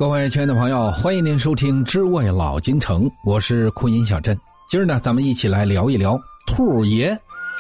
各位亲爱的朋友，欢迎您收听知味老京城，我是酷音小镇。今儿呢，咱们一起来聊一聊兔爷。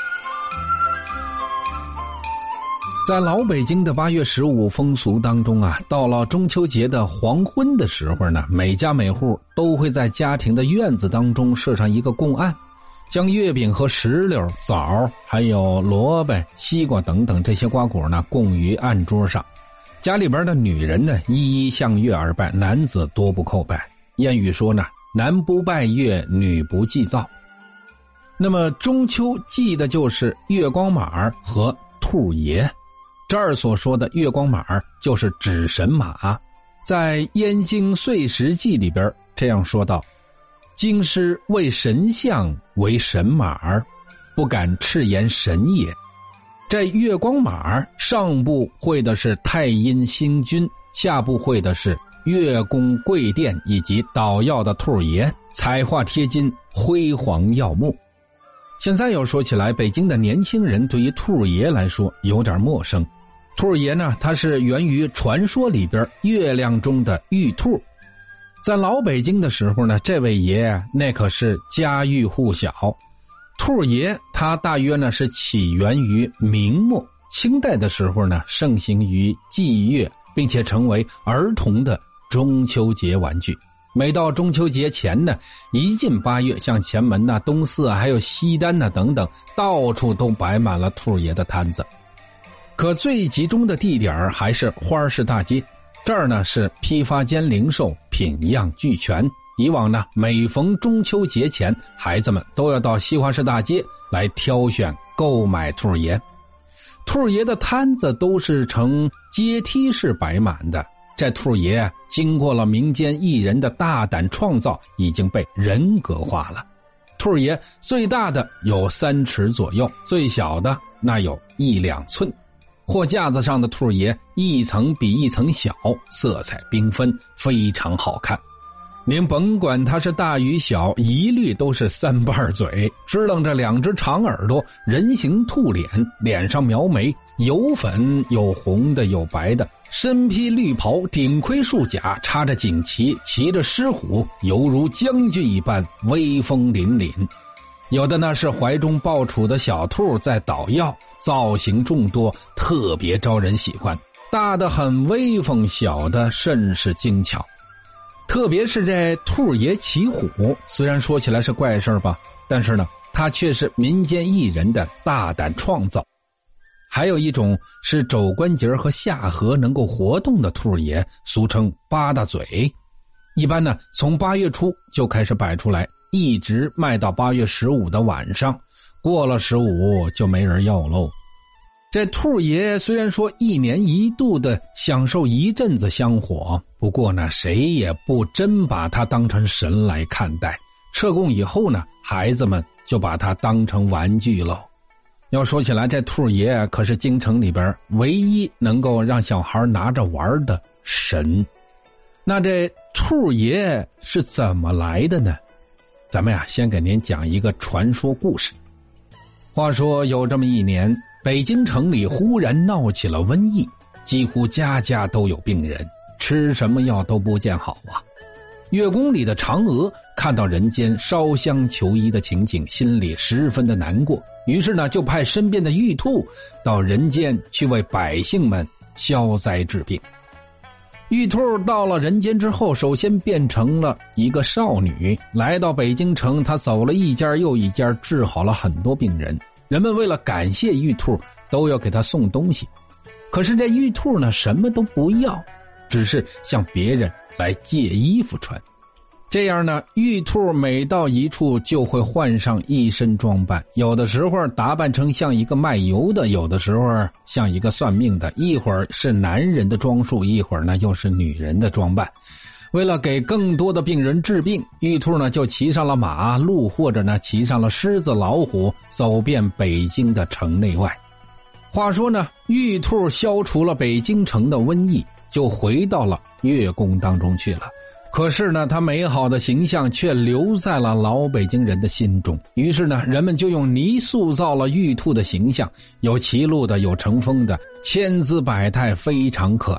在老北京的8月15风俗当中啊，到了中秋节的黄昏的时候呢，每家每户都会在家庭的院子当中设上一个供案，将月饼和石榴、枣还有萝卜、西瓜等等这些瓜果呢供于案桌上。家里边的女人呢一一向月而拜，男子多不叩拜。谚语说呢，男不拜月，女不祭灶。那么中秋祭的就是月光马和兔爷。这儿所说的月光马就是指神马。在《燕京岁时记》里边这样说道：京师为神像为神马，不敢赤言神也。这月光马上部绘的是太阴星君，下部绘的是月宫贵殿以及捣药的兔爷，彩画贴金，辉煌耀目。现在要说起来，北京的年轻人对于兔爷来说有点陌生。兔爷呢，它是源于传说里边月亮中的玉兔。在老北京的时候呢，这位爷那可是家喻户晓。兔爷他大约呢是起源于明末，清代的时候呢盛行于祭月，并且成为儿童的中秋节玩具。每到中秋节前呢，一进8月，像前门呐、东四还有西单呐等等，到处都摆满了兔爷的摊子。可最集中的地点还是花市大街，这儿呢是批发兼零售，品样俱全。以往呢，每逢中秋节前，孩子们都要到西花市大街来挑选购买兔爷。兔爷的摊子都是呈阶梯式摆满的，这兔爷经过了民间艺人的大胆创造，已经被人格化了。兔爷最大的有3尺左右，最小的那有1-2寸。货架子上的兔爷一层比一层小，色彩缤纷，非常好看。您甭管它是大与小，一律都是3瓣嘴，支棱着2只长耳朵，人形兔脸，脸上描眉，有粉有红的有白的，身披绿袍，顶盔束甲，插着锦旗，骑着狮虎，犹如将军一般威风凛凛。有的呢是怀中抱杵的小兔在捣药，造型众多，特别招人喜欢，大的很威风，小的甚是精巧。特别是这兔爷骑虎，虽然说起来是怪事吧，但是呢它却是民间艺人的大胆创造。还有一种是肘关节和下颌能够活动的兔爷，俗称八大嘴。一般呢从8月初就开始摆出来，一直卖到8月15的晚上，过了15就没人要喽。这兔爷虽然说1年1度的享受一阵子香火，不过呢谁也不真把它当成神来看待，撤供以后呢，孩子们就把它当成玩具喽。要说起来，这兔爷可是京城里边唯一能够让小孩拿着玩的神。那这兔爷是怎么来的呢？咱们呀先给您讲一个传说故事。话说有这么一年，北京城里忽然闹起了瘟疫，几乎家家都有病人，吃什么药都不见好啊。月宫里的嫦娥看到人间烧香求医的情景，心里十分的难过，于是呢就派身边的玉兔到人间去为百姓们消灾治病。玉兔到了人间之后，首先变成了一个少女，来到北京城，她走了一家又一家，治好了很多病人。人们为了感谢玉兔，都要给她送东西。可是这玉兔呢，什么都不要，只是向别人来借衣服穿。这样呢，玉兔每到一处就会换上一身装扮，有的时候打扮成像一个卖油的，有的时候像一个算命的，一会儿是男人的装束，一会儿呢又是女人的装扮。为了给更多的病人治病，玉兔呢就骑上了马、鹿，或者呢骑上了狮子、老虎，走遍北京的城内外。话说呢，玉兔消除了北京城的瘟疫，就回到了月宫当中去了。可是呢，他美好的形象却留在了老北京人的心中。于是呢，人们就用泥塑造了玉兔的形象，有骑鹿的，有乘风的，千姿百态，非常可爱。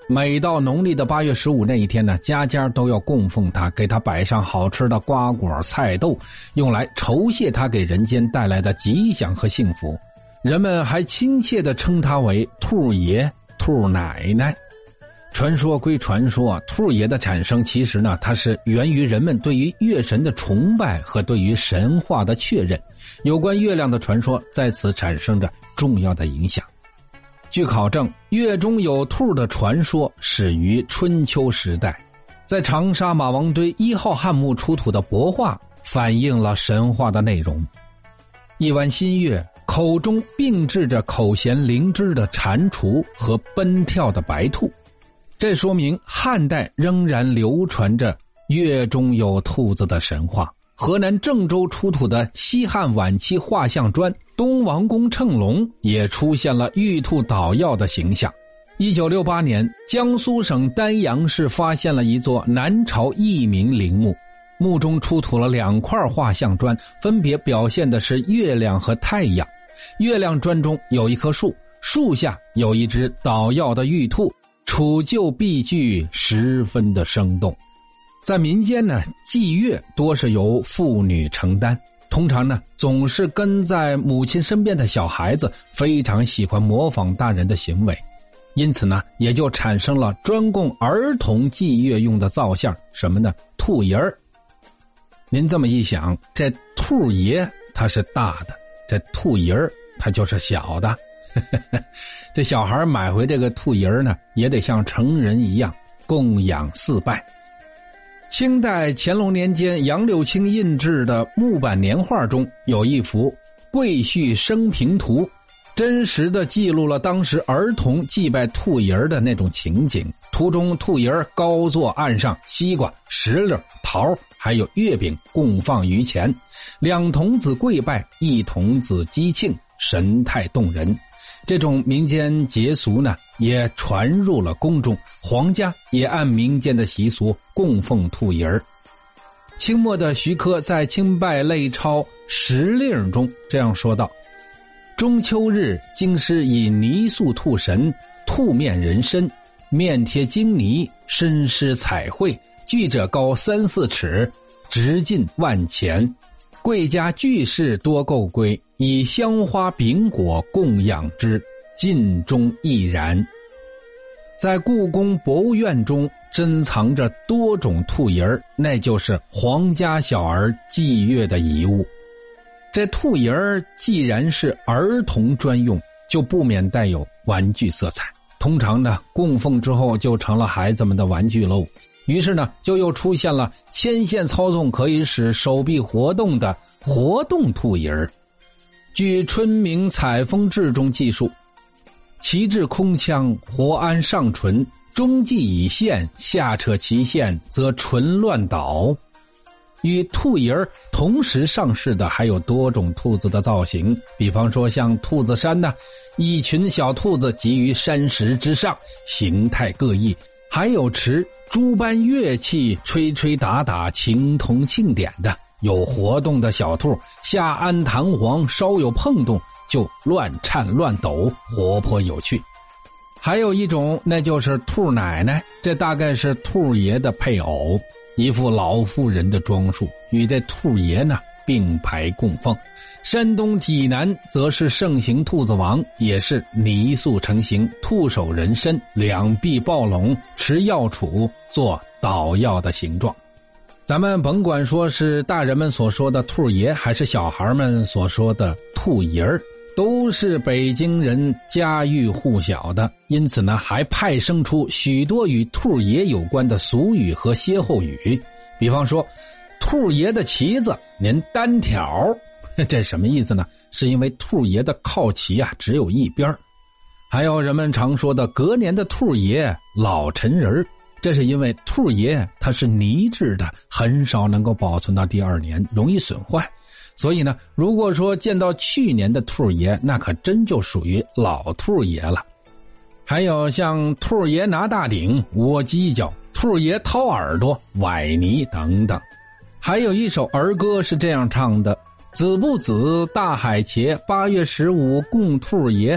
每到农历的8月15那一天呢，家家都要供奉他，给他摆上好吃的瓜果菜豆，用来酬谢他给人间带来的吉祥和幸福。人们还亲切地称他为兔爷、兔奶奶。传说归传说，兔爷的产生其实呢，它是源于人们对于月神的崇拜和对于神话的确认。有关月亮的传说在此产生着重要的影响。据考证，月中有兔的传说始于春秋时代，在长沙马王堆1号汉墓出土的帛画反映了神话的内容。一弯新月，口中并置着口衔灵芝的蟾蜍和奔跳的白兔，这说明汉代仍然流传着月中有兔子的神话。河南郑州出土的西汉晚期画像砖东王宫乘龙也出现了玉兔捣药的形象。1968年，江苏省丹阳市发现了一座南朝佚名陵墓，墓中出土了2块画像砖，分别表现的是月亮和太阳。月亮砖中有一棵树，树下有一只捣药的玉兔，处就避句十分的生动。在民间呢，祭月多是由妇女承担，通常呢总是跟在母亲身边的小孩子非常喜欢模仿大人的行为，因此呢也就产生了专供儿童祭月用的造像，什么呢？兔爷儿。您这么一想，这兔爷它是大的，这兔爷儿它就是小的。这小孩买回这个兔爷儿呢，也得像成人一样供养祀拜。清代乾隆年间杨柳青印制的木板年画中有一幅贵婿生平图，真实的记录了当时儿童祭拜兔爷儿的那种情景。图中兔爷儿高坐案上，西瓜、石榴、桃还有月饼供放于前，2童子跪拜，1童子击磬，神态动人。这种民间节俗呢也传入了宫中，皇家也按民间的习俗供奉兔爷儿。清末的徐科在清拜类钞时令中这样说道：中秋日，京师以泥塑兔神，兔面人身，面贴金泥，身施彩绘，具者高3-4尺，直近万钱。贵家巨士多购归，以香花饼果供养之，尽中亦然。在故宫博物院中珍藏着多种兔爷儿，那就是皇家小儿祭月的遗物。这兔爷儿既然是儿童专用，就不免带有玩具色彩，通常呢供奉之后就成了孩子们的玩具喽。于是呢就又出现了牵线操纵可以使手臂活动的活动兔爷儿。据《春明采风志》中记述，其至空腔，活安上唇，中继以线，下扯其线，则唇乱倒。与兔爷儿同时上市的还有多种兔子的造型，比方说像兔子山呢，一群小兔子集于山石之上，形态各异，还有持诸般乐器吹吹打打，情同庆典的，有活动的小兔下安弹簧，稍有碰动就乱颤乱抖，活泼有趣。还有一种那就是兔奶奶，这大概是兔爷的配偶，一副老妇人的装束，与这兔爷呢并排供奉。山东济南则是盛行兔子王，也是泥塑成形，兔首人身，2臂抱拢，持药杵，做捣药的形状。咱们甭管说是大人们所说的兔爷，还是小孩们所说的兔爷儿，都是北京人家喻户晓的，因此呢还派生出许多与兔爷有关的俗语和歇后语。比方说兔爷的旗子您单挑，这什么意思呢？是因为兔爷的靠旗啊只有一边。还有人们常说的隔年的兔爷老陈人，这是因为兔爷它是泥制的，很少能够保存到第2年，容易损坏。所以呢，如果说见到去年的兔爷，那可真就属于老兔爷了。还有像兔爷拿大顶、窝犄角、兔爷掏耳朵、崴泥等等。还有一首儿歌是这样唱的：子不子，大海茄，8月15供兔爷，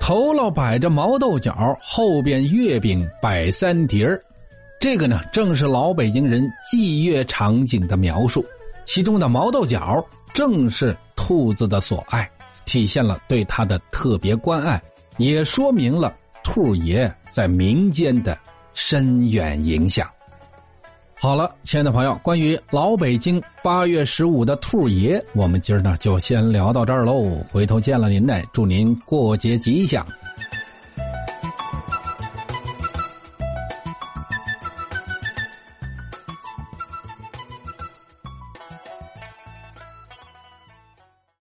头了摆着毛豆角，后边月饼摆3碟儿。这个呢，正是老北京人祭月场景的描述。其中的毛豆角正是兔子的所爱，体现了对他的特别关爱，也说明了兔爷在民间的深远影响。好了，亲爱的朋友，关于老北京8月15的兔爷，我们今儿呢就先聊到这儿喽。回头见了您呢，祝您过节吉祥，